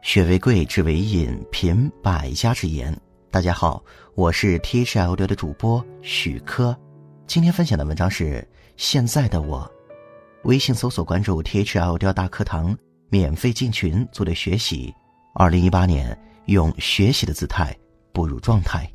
学为贵，知为引，品百家之言。大家好，我是 THL 的主播许科。今天分享的文章是现在的我。微信搜索关注 THL 大课堂，免费进群组队学习。2018年，用学习的姿态步入状态。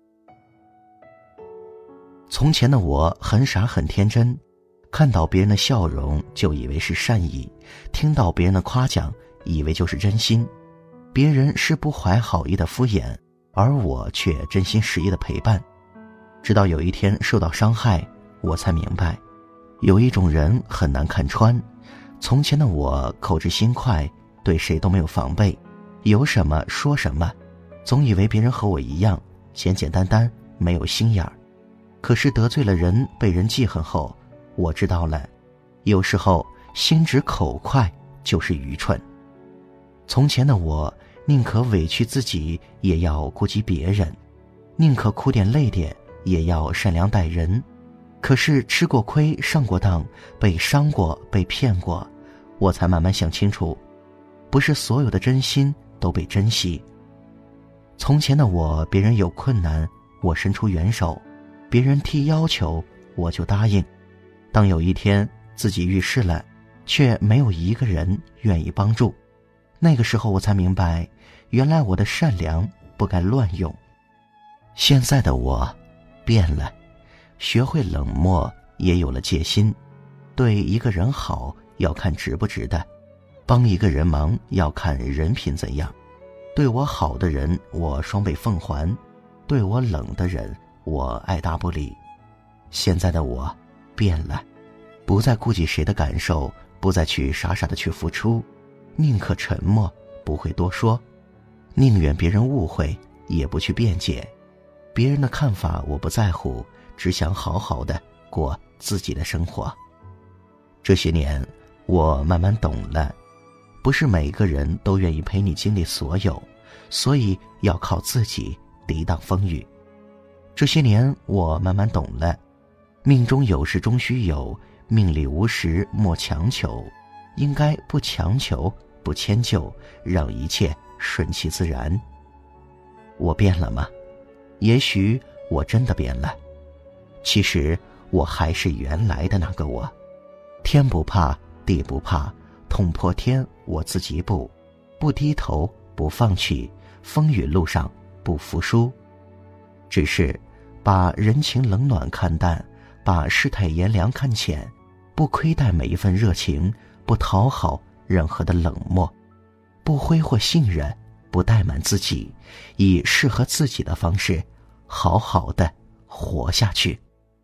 从前的我很傻很天真，看到别人的笑容就以为是善意，听到别人的夸奖以为就是真心。别人是不怀好意的敷衍，而我却真心实意的陪伴。直到有一天受到伤害，我才明白，有一种人很难看穿。从前的我口直心快，对谁都没有防备，有什么说什么，总以为别人和我一样简简单单，没有心眼儿。可是得罪了人，被人记恨后，我知道了，有时候心直口快就是愚蠢。从前的我宁可委屈自己也要顾及别人，宁可哭点累点也要善良待人。可是吃过亏，上过当，被伤过，被骗过，我才慢慢想清楚，不是所有的真心都被珍惜。从前的我，别人有困难我伸出援手，别人提要求我就答应。当有一天自己遇事了，却没有一个人愿意帮助，那个时候我才明白，原来我的善良不该乱用。现在的我变了，学会冷漠，也有了戒心。对一个人好要看值不值得，帮一个人忙要看人品怎样。对我好的人我双倍奉还，对我冷的人我爱答不理。现在的我变了，不再顾及谁的感受，不再去傻傻的去付出，宁可沉默，不会多说，宁愿别人误会，也不去辩解。别人的看法我不在乎，只想好好的过自己的生活。这些年，我慢慢懂了，不是每个人都愿意陪你经历所有，所以要靠自己抵挡风雨。这些年，我慢慢懂了，命中有时终须有，命里无时莫强求，应该不强求，不迁就，让一切顺其自然。我变了吗？也许我真的变了，其实我还是原来的那个我。天不怕地不怕，捅破天我自己补，不低头不放弃，风雨路上不服输。只是把人情冷暖看淡，把世态炎凉看浅，不亏待每一份热情，不讨好任何的冷漠，不挥霍信任，不怠慢自己，以适合自己的方式好好的活下去。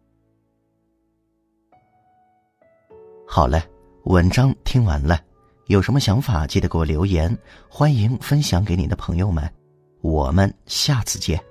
好了，文章听完了，有什么想法记得给我留言，欢迎分享给你的朋友们。我们下次见。